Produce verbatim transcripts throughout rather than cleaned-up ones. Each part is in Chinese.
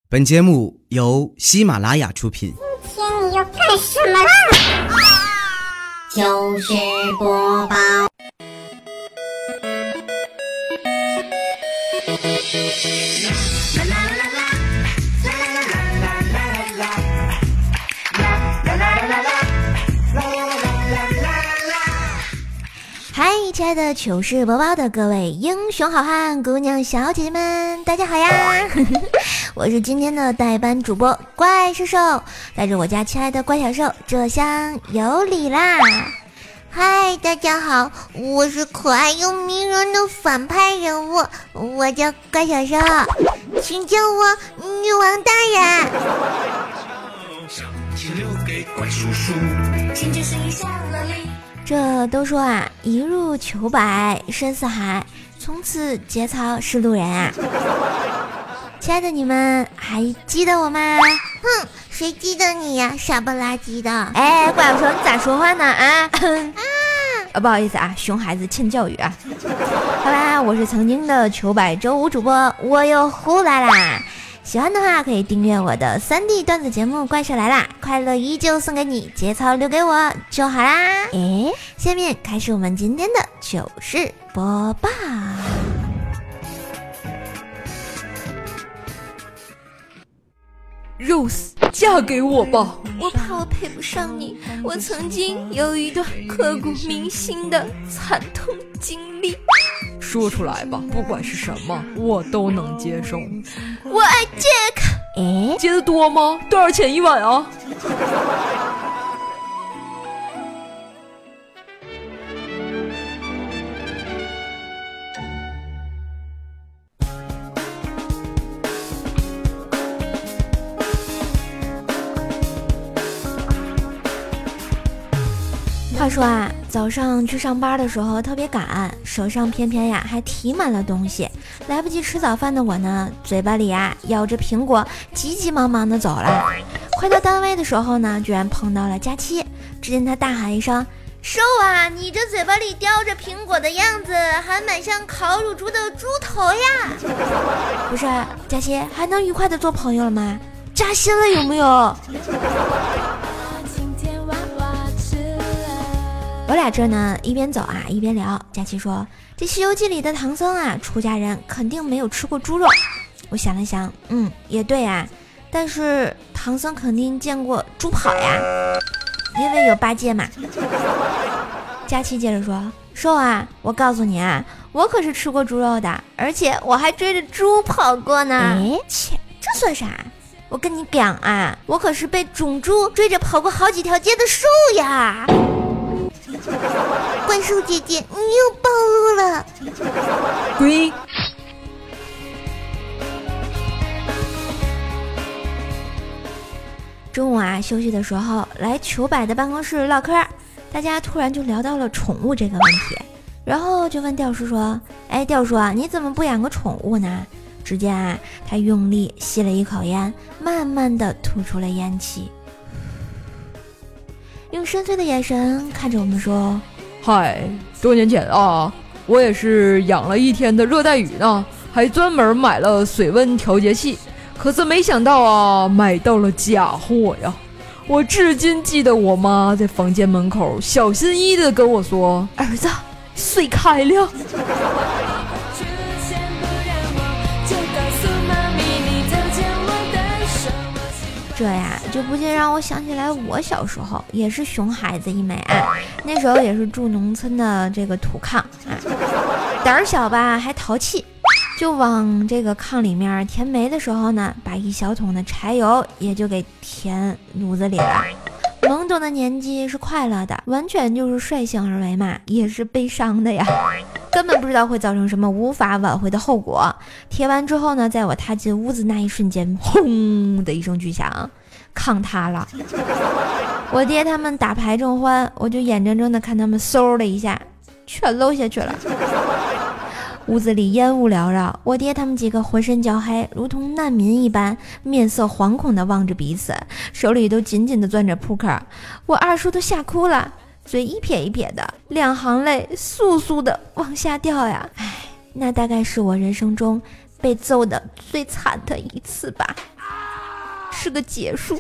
本节目由喜马拉雅出品。 今天你要干什么啦？ 糗事播报。 嗨，亲爱的糗事播报的各位英雄好汉、姑娘小姐姐们，大家好呀！我是今天的代班主播怪兽兽，带着我家亲爱的怪小兽这厢有礼啦！ 嗨，大家好，我是可爱又迷人的反派人物，我叫怪小兽，请叫我女王大人。 这都说啊，一入糗百深似海，从此节操是路人啊！亲爱的你们还记得我吗？ 哼，谁记得你呀，傻不拉几的！ 哎，怪我说你咋说话呢啊？啊，不好意思啊，熊孩子欠教育啊！好啦，我是曾经的糗百周五主播，我又回来啦！喜欢的话可以订阅我的三 D 段子节目《怪兽来啦》，快乐依旧送给你，节操留给我就好啦。诶，下面开始我们今天的糗事播报。 Rose， 嫁给我吧！ 我怕我配不上你，我曾经有一段刻骨铭心的惨痛经历。 说出来吧，不管是什么，我都能接受。 我爱 Jack。哎， 接得多吗？多少钱一晚啊？ 话说啊，早上去上班的时候特别赶，手上偏偏呀还提满了东西，来不及吃早饭的我呢，嘴巴里呀咬着苹果，急急忙忙的走了。快到单位的时候呢，居然碰到了佳期，只见他大喊一声：“瘦啊，你这嘴巴里叼着苹果的样子，还蛮像烤乳猪的猪头呀！”不是，佳期还能愉快的做朋友了吗？扎心了有没有？我俩这呢一边走啊一边聊，佳琪说这西游记里的唐僧啊出家人肯定没有吃过猪肉。我想了想，嗯也对啊，但是唐僧肯定见过猪跑呀，因为有八戒嘛。佳琪接着说，瘦啊，我告诉你啊，我可是吃过猪肉的，而且我还追着猪跑过呢。哎，切，这算啥？我跟你讲啊，我可是被种猪追着跑过好几条街的兽呀。 怪兽姐姐，你又暴露了！ 滚！ 中午啊，休息的时候来糗百的办公室唠嗑，大家突然就聊到了宠物这个问题，然后就问吊叔说：“哎，吊叔啊，你怎么不养个宠物呢？”只见啊，他用力吸了一口烟，慢慢的吐出了烟气。用深邃的眼神看着我们说：“ 嗨，多年前啊，我也是养了一天的热带鱼呢，还专门买了水温调节器，可是没想到啊，买到了假货呀！我至今记得我妈在房间门口小心翼翼地跟我说：‘儿子，水开了。’ 这呀，就不禁让我想起来，我小时候也是熊孩子一枚啊。那时候也是住农村的这个土炕啊，胆儿小吧，还淘气，就往这个炕里面填煤的时候呢，把一小桶的柴油也就给填炉子里了。懵懂的年纪是快乐的，完全就是率性而为嘛，也是悲伤的呀。根本不知道会造成什么无法挽回的后果。贴完之后呢，在我踏进屋子那一瞬间，轰的一声巨响，炕塌了。我爹他们打牌正欢，我就眼睁睁的看他们嗖的一下全漏下去了。屋子里烟雾缭绕，我爹他们几个浑身焦黑，如同难民一般，面色惶恐地望着彼此，手里都紧紧地攥着扑克。我二叔都吓哭了，嘴一撇一撇的，两行泪簌簌的往下掉呀。唉，那大概是我人生中被揍的最惨的一次吧。 是个结束。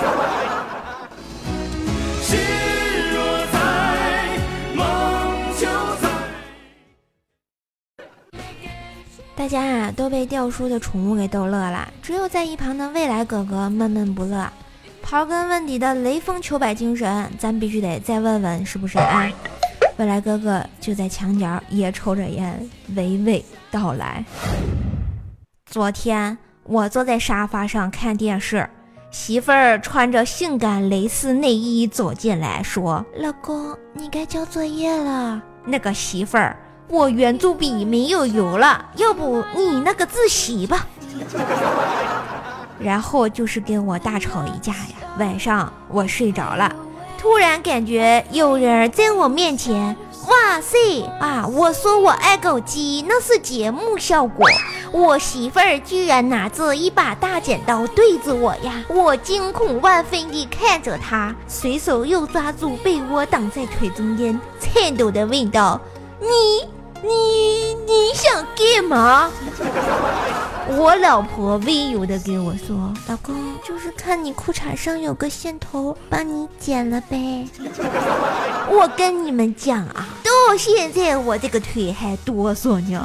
大家啊都被掉书的宠物给逗乐了，只有在一旁的未来哥哥闷闷不乐。刨根问底的雷锋求百精神，咱必须得再问问是不是啊？未来哥哥就在墙角也抽着烟，娓娓道来。昨天我坐在沙发上看电视，媳妇儿穿着性感蕾丝内衣走进来说：“老公，你该交作业了。”那个媳妇儿，我圆珠笔没有油了，要不你那个自习吧。然后就是跟我大吵一架呀。晚上我睡着了，突然感觉有人在我面前，哇塞啊！我说我爱狗鸡，那是节目效果。我媳妇儿居然拿着一把大剪刀对着我呀！我惊恐万分地看着她，随手又抓住被窝挡在腿中间，颤抖地问道：“你你你想干嘛？”我老婆温柔地跟我说：“老公，就是看你裤衩上有个线头，帮你剪了呗。”我跟你们讲啊，到现在我这个腿还哆嗦呢。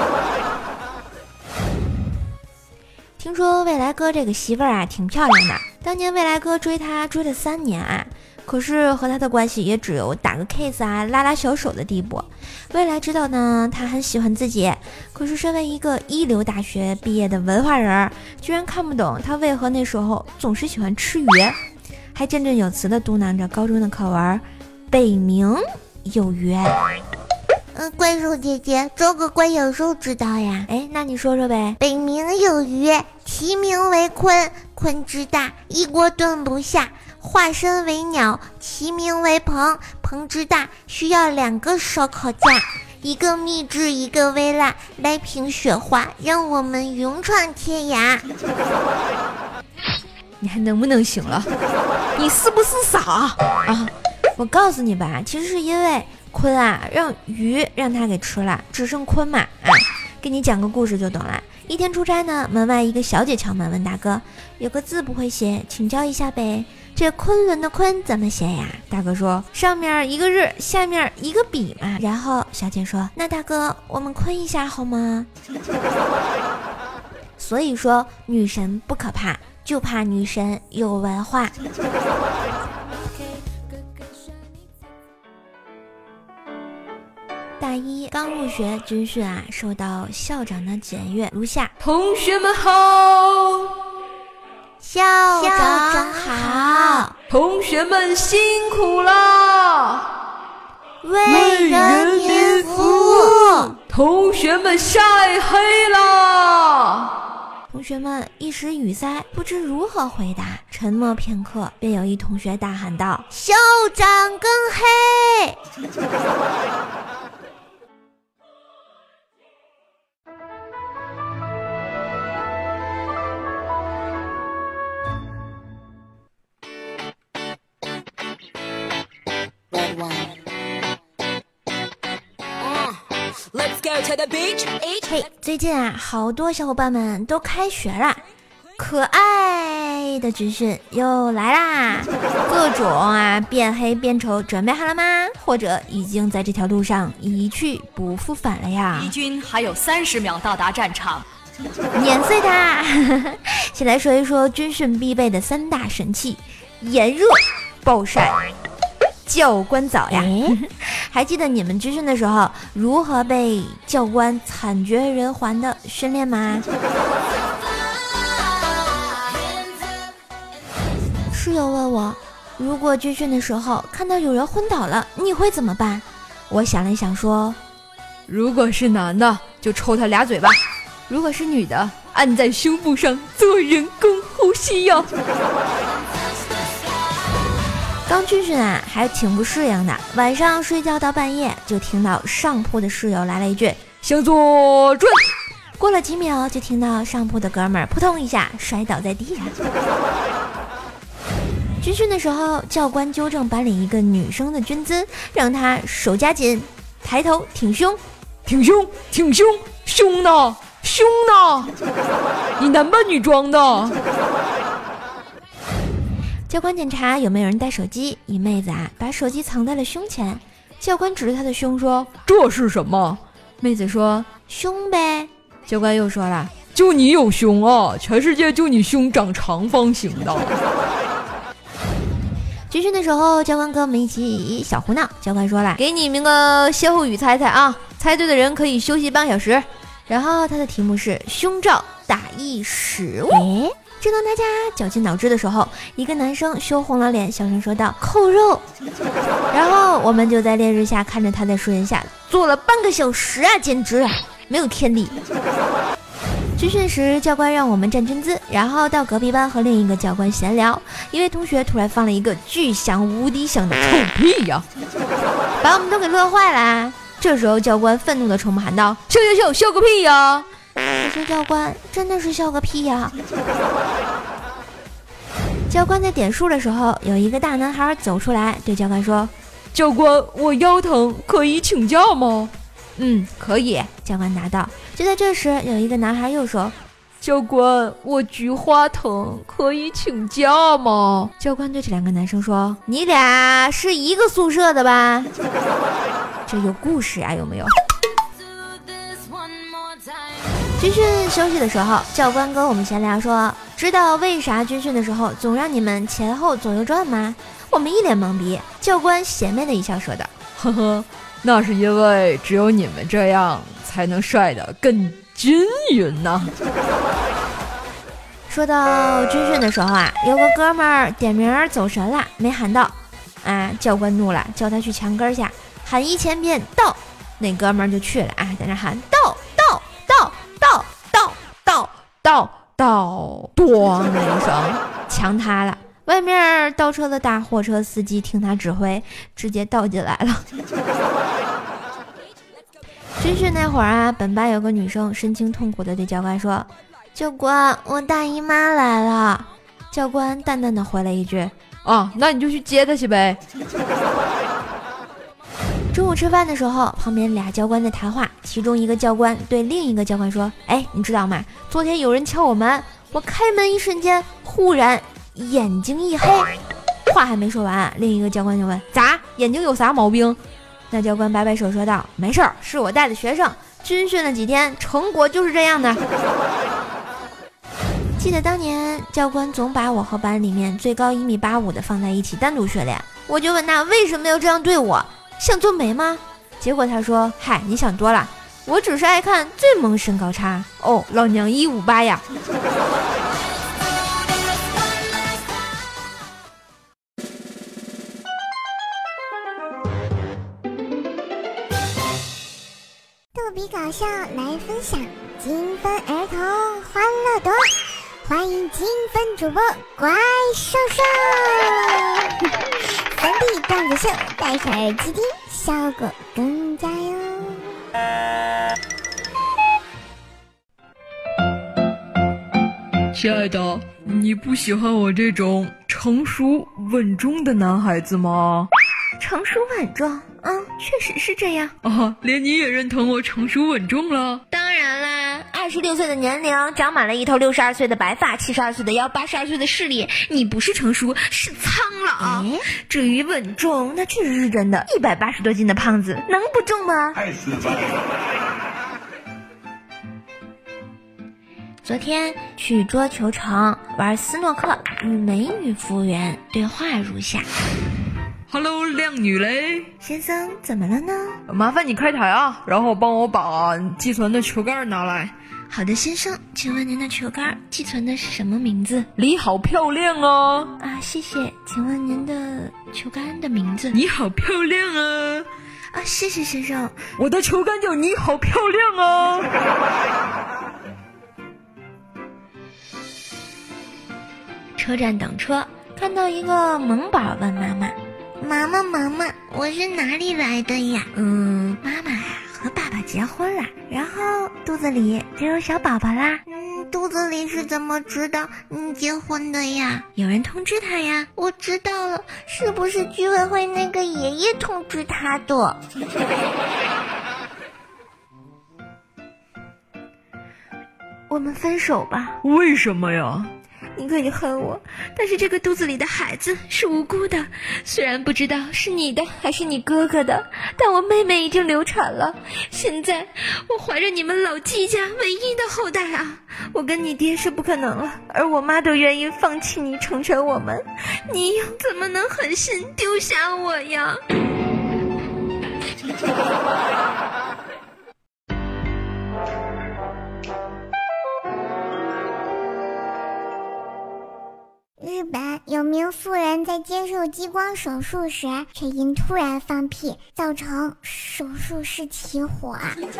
听说未来哥这个媳妇儿啊挺漂亮的，当年未来哥追她追了三年啊，可是和他的关系也只有打个 kiss 啊拉拉小手的地步。未来知道呢他很喜欢自己，可是身为一个一流大学毕业的文化人，居然看不懂他为何那时候总是喜欢吃鱼，还振振有词地嘟囔着高中的课文北冥有鱼。 嗯，怪兽姐姐，这个怪小兽知道呀。 哎，那你说说呗。 北冥有鱼，其名为鲲，鲲之大，一锅炖不下。化身为鸟，其名为鹏，鹏之大，需要两个烧烤架，一个秘制，一个微辣，来瓶雪花，让我们勇闯天涯。 你还能不能行了？你是不是傻啊？我告诉你吧，其实是因为鲲啊让鱼让他给吃了，只剩鲲嘛啊。给你讲个故事就懂了。一天出差呢，门外一个小姐敲门问大哥：“有个字不会写，请教一下呗。这昆仑的昆怎么写呀？”大哥说：“上面一个日，下面一个比嘛。”然后小姐说：“那大哥，我们昆一下好吗？”所以说女神不可怕，就怕女神有文化。大一刚入学军训啊，受到校长的检阅如下： 同学们好， 校长好， 同学们辛苦了， 为人民服务， 同学们晒黑了。 同学们一时语塞，不知如何回答，沉默片刻，便有一同学大喊道：“ 校长更黑！” 嘿，最近啊，好多小伙伴们都开学了，可爱的军训又来啦！各种啊变黑变丑，准备好了吗？或者已经在这条路上一去不复返了呀？ 敌军还有三十秒到达战场， 碾碎它！先来说一说军训必备的三大神器：炎热、暴晒、教官澡呀。还记得你们军训的时候如何被教官惨绝人寰的训练吗？室友问我，如果军训的时候看到有人昏倒了，你会怎么办？我想了想说， 如果是男的就抽他俩嘴巴，如果是女的按在胸部上做人工呼吸哟。 刚军训啊，还挺不适应的。晚上睡觉到半夜，就听到上铺的室友来了一句向左转。 过了几秒，就听到上铺的哥们儿扑通一下摔倒在地上。军训的时候，教官纠正班里一个女生的军姿，让她手夹紧，抬头挺胸， 挺胸，挺胸，胸呢？胸呢？你男扮女装的？ 教官检查有没有人带手机，一妹子啊把手机藏在了胸前。教官指着她的胸说：“ 这是什么？” 妹子说：“胸呗。”教官又说了：“ 就你有胸啊，全世界就你胸长长方形的。” 军训的时候，教官跟我们一起小胡闹。教官说了：“给你们个歇后语猜猜啊，猜对的人可以休息半小时。”然后他的题目是胸罩大意食物。诶，正当大家绞尽脑汁的时候，一个男生羞红了脸，小声说道：“扣肉。”然后我们就在烈日下看着他在树荫下坐了半个小时啊，简直啊没有天理。军训时，教官让我们站军姿，然后到隔壁班和另一个教官闲聊。一位同学突然放了一个巨响无敌响的臭屁呀，把我们都给乐坏了。这时候教官愤怒地冲我们喊道：“笑笑笑，笑个屁呀！”可是教官真的是笑个屁呀。教官在点数的时候，有一个大男孩走出来对教官说：“ 教官，我腰疼，可以请假吗？”“ 嗯，可以。”教官答道。就在这时，有一个男孩又说：“ 教官，我菊花疼，可以请假吗？” 教官对这两个男生说：“你俩是一个宿舍的吧？”这有故事啊，有没有？军训休息的时候，教官跟我们闲聊说：“知道为啥军训的时候总让你们前后左右转吗？”我们一脸懵逼。教官邪魅的一笑说道：“ 呵呵，那是因为只有你们这样才能帅得更均匀呢。” 说到军训的时候啊，有个哥们儿点名走神了，没喊到，啊，教官怒了，叫他去墙根下喊一千遍到，那哥们儿就去了啊，在那喊到到到到到到到到，咣的一声，墙塌了。外面倒车的大货车司机听他指挥，直接倒进来了。军训那会儿啊，本班有个女生神情痛苦的对教官说：“教官，我大姨妈来了。”教官淡淡的回了一句：“ 啊，那你就去接她去呗。” 中午吃饭的时候，旁边俩教官在谈话，其中一个教官对另一个教官说：“哎，你知道吗？昨天有人敲我门，我开门一瞬间，忽然眼睛一黑。”话还没说完，另一个教官就问：“咋？眼睛有啥毛病？”那教官摆摆手说道：“没事儿，是我带的学生，军训了几天，成果就是这样的。”记得当年教官总把我和班里面最高一米八五的放在一起单独训练，我就问他为什么要这样对我，想做媒吗？结果他说：“嗨，你想多了，我只是爱看最萌身高差。”哦，老娘一五八呀。 逗比搞笑来分享，金分儿童欢乐多，欢迎金分主播怪兽兽。粉底段子秀，戴上耳机听，效果更佳哟。 亲爱的，你不喜欢我这种成熟稳重的男孩子吗？ 成熟稳重，嗯，确实是这样啊，连你也认同我成熟稳重了？ 当然啦，二十六岁的年龄，长满了一头六十二岁的白发，七十二岁的腰，八十二岁的视力，你不是成熟，是苍老。哎，至于稳重，那确实是真的，一百八十多斤的胖子能不重吗？太死板了。昨天去桌球城玩斯诺克，与美女服务员对话如下。 Hello， 靓女嘞， 先生，怎么了呢？ 麻烦你开台啊，然后帮我把寄存的球杆拿来。 好的，先生，请问您的球杆寄存的是什么名字？ 你好漂亮啊！ 啊，谢谢。请问您的球杆的名字？ 你好漂亮啊！ 啊，谢谢先生。 我的球杆叫你好漂亮啊！ 车站等车，看到一个萌宝问妈妈：“ 妈妈，妈妈，我是哪里来的呀？” 嗯，妈妈和爸爸结婚了，然后肚子里就有小宝宝啦。 嗯，肚子里是怎么知道你结婚的呀？ 有人通知他呀。 我知道了，是不是居委会那个爷爷通知他的？ 我们分手吧。 为什么呀？ 你可以恨我，但是这个肚子里的孩子是无辜的，虽然不知道是你的还是你哥哥的，但我妹妹已经流产了，现在我怀着你们老季家唯一的后代啊，我跟你爹是不可能了，而我妈都愿意放弃你成全我们，你又怎么能狠心丢下我呀？ 日本有名妇人在接受激光手术时，却因突然放屁造成手术室起火。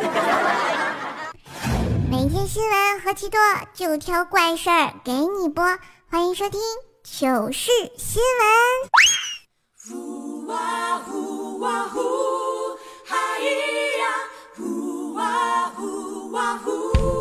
每天新闻何其多，就挑怪事儿给你播，欢迎收听糗事新闻。呼啊呼啊呼，嗨呀，呼啊呼啊呼。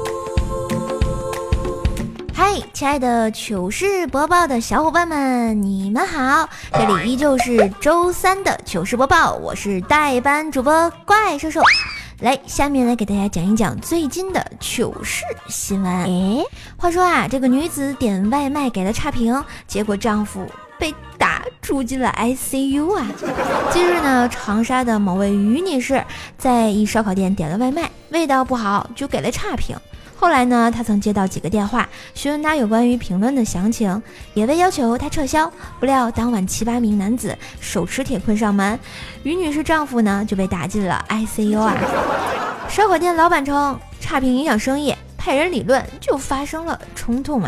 嗨，亲爱的糗事播报的小伙伴们，你们好！这里依旧是周三的糗事播报，我是代班主播怪兽兽。来，下面来给大家讲一讲最近的糗事新闻。诶，话说啊，这个女子点外卖给了差评，结果丈夫被打住进了 I C U 啊！近日呢，长沙的某位于女士在一烧烤店点了外卖，味道不好就给了差评。后来呢，他曾接到几个电话，询问他有关于评论的详情，也被要求他撤销。不料当晚七八名男子手持铁棍上门，于女士丈夫呢就被打进了 I C U 啊。烧烤店老板称差评影响生意，派人理论，就发生了冲突啊。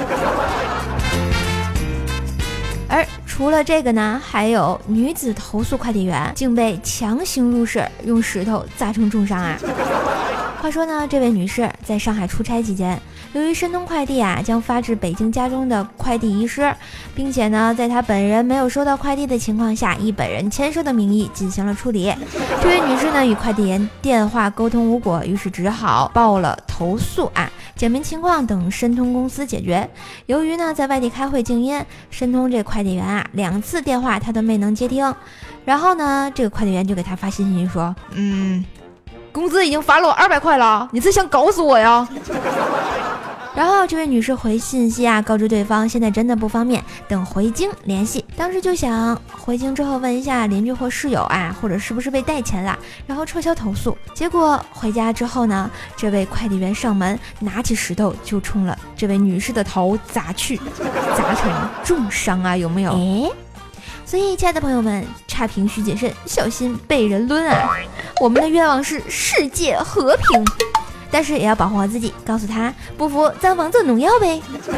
而除了这个呢，还有女子投诉快递员竟被强行入室，用石头砸成重伤啊。话说呢，这位女士在上海出差期间，由于申通快递啊将发至北京家中的快递遗失，并且呢在她本人没有收到快递的情况下，以本人签收的名义进行了处理。这位女士呢与快递员电话沟通无果，于是只好报了投诉案，简明情况等申通公司解决。由于呢在外地开会静音，申通这快递员啊两次电话他都没能接听，然后呢这个快递员就给他发信息说，嗯。工资已经发了我二百块了，你是想搞死我呀？然后这位女士回信息啊，告知对方现在真的不方便，等回京联系。当时就想回京之后问一下邻居或室友啊，或者是不是被带钱了，然后撤销投诉。结果回家之后呢，这位快递员上门拿起石头就冲了这位女士的头砸去，砸成重伤啊，有没有？诶，所以亲爱的朋友们，差评需谨慎，小心被人抡啊。我们的愿望是世界和平，但是也要保护好自己，告诉他不服咱王者农药呗。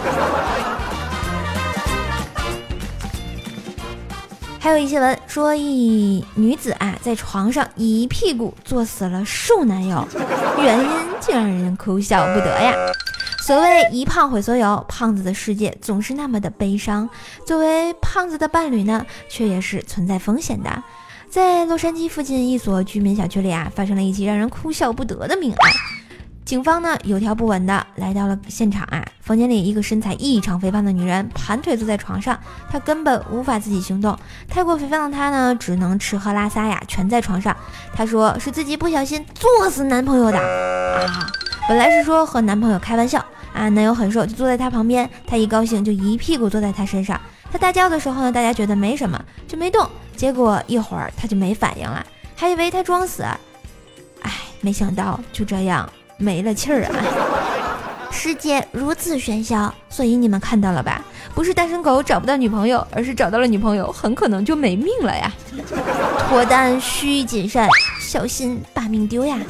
还有一新闻说，一女子啊在床上一屁股坐死了瘦男友，原因竟让人哭笑不得呀。所谓一胖毁所有，胖子的世界总是那么的悲伤，作为胖子的伴侣呢，却也是存在风险的。在洛杉矶附近一所居民小区里啊，发生了一起让人哭笑不得的命案。警方呢有条不紊的来到了现场啊，房间里一个身材异常肥胖的女人盘腿坐在床上，她根本无法自己行动，太过肥胖的她呢，只能吃喝拉撒呀全在床上。她说是自己不小心作死男朋友的啊，本来是说和男朋友开玩笑啊，男友很瘦就坐在她旁边，她一高兴就一屁股坐在她身上。她大叫的时候呢，大家觉得没什么就没动，结果一会儿她就没反应了，还以为她装死，哎，没想到就这样没了气儿啊！世界如此喧嚣，所以你们看到了吧？不是单身狗找不到女朋友，而是找到了女朋友，很可能就没命了呀！脱单需谨慎，小心把命丢呀！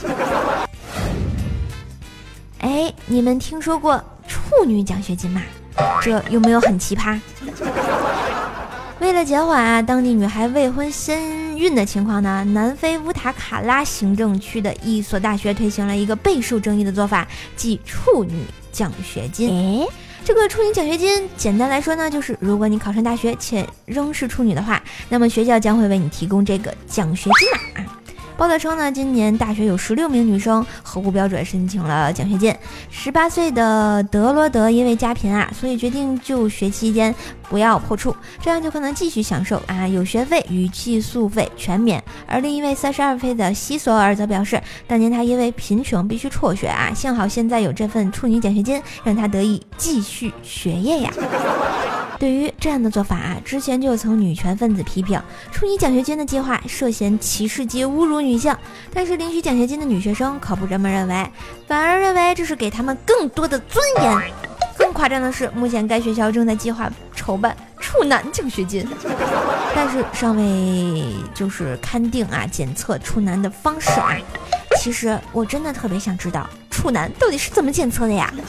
哎，你们听说过处女奖学金吗？这有没有很奇葩？为了减缓啊当地女孩未婚先孕的情况呢，南非乌塔卡拉行政区的一所大学推行了一个备受争议的做法，即处女奖学金。诶，这个处女奖学金简单来说呢，就是如果你考上大学且仍是处女的话，那么学校将会为你提供这个奖学金嘛。 报道称呢，今年大学有十六名女生合乎标准申请了奖学金。十八岁的德罗德因为家贫啊，所以决定就学期间不要破处，这样就可能继续享受啊有学费与寄宿费全免。而另一位三十二岁的西索尔则表示，当年他因为贫穷必须辍学啊，幸好现在有这份处女奖学金，让他得以继续学业呀。对于这样的做法啊，之前就有曾女权分子批评处女奖学金的计划涉嫌歧视及侮辱女性，但是领取奖学金的女学生可不这么认为，反而认为这是给他们更多的尊严。更夸张的是，目前该学校正在计划筹办处男奖学金，但是尚未就是勘定啊检测处男的方式啊。其实我真的特别想知道处男到底是怎么检测的呀？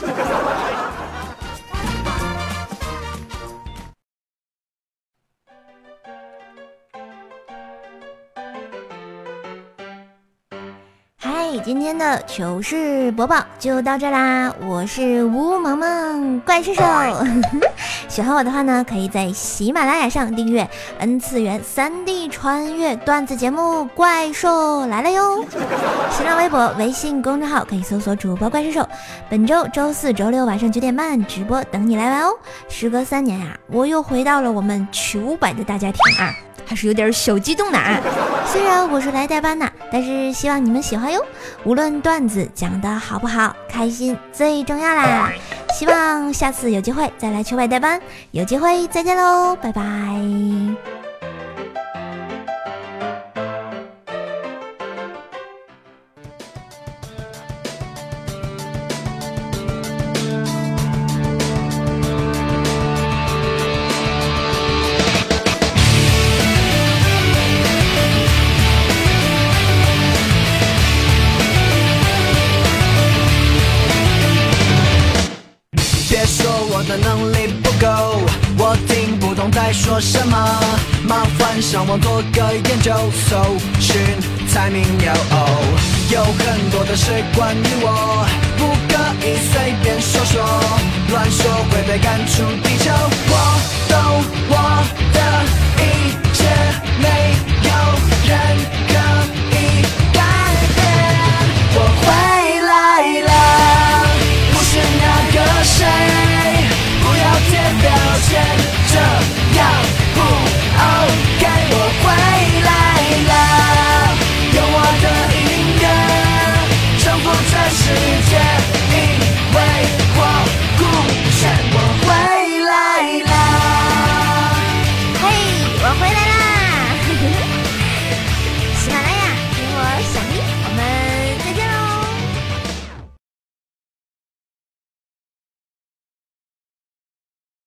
嗨，今天的糗事播报就到这啦，我是吴萌萌怪兽兽。喜欢我的话呢，可以在喜马拉雅上订阅 N 次元 三 D 穿越段子节目怪兽来了哟。新浪微博、微信公众号可以搜索主播怪兽兽，本周周四周六晚上九点半直播等你来玩哦。时隔三年啊，我又回到了我们糗百的大家庭啊，还是有点小激动的啊。虽然我是来代班的，但是希望你们喜欢哟。无论段子讲得好不好，开心最重要啦。希望下次有机会再来糗百代班，有机会再见喽，拜拜。 能力不够，我听不懂在说什么，麻烦上网做个研究，搜寻猜谜有有很多的事关于我，不可以随便说说，乱说会被赶出地球。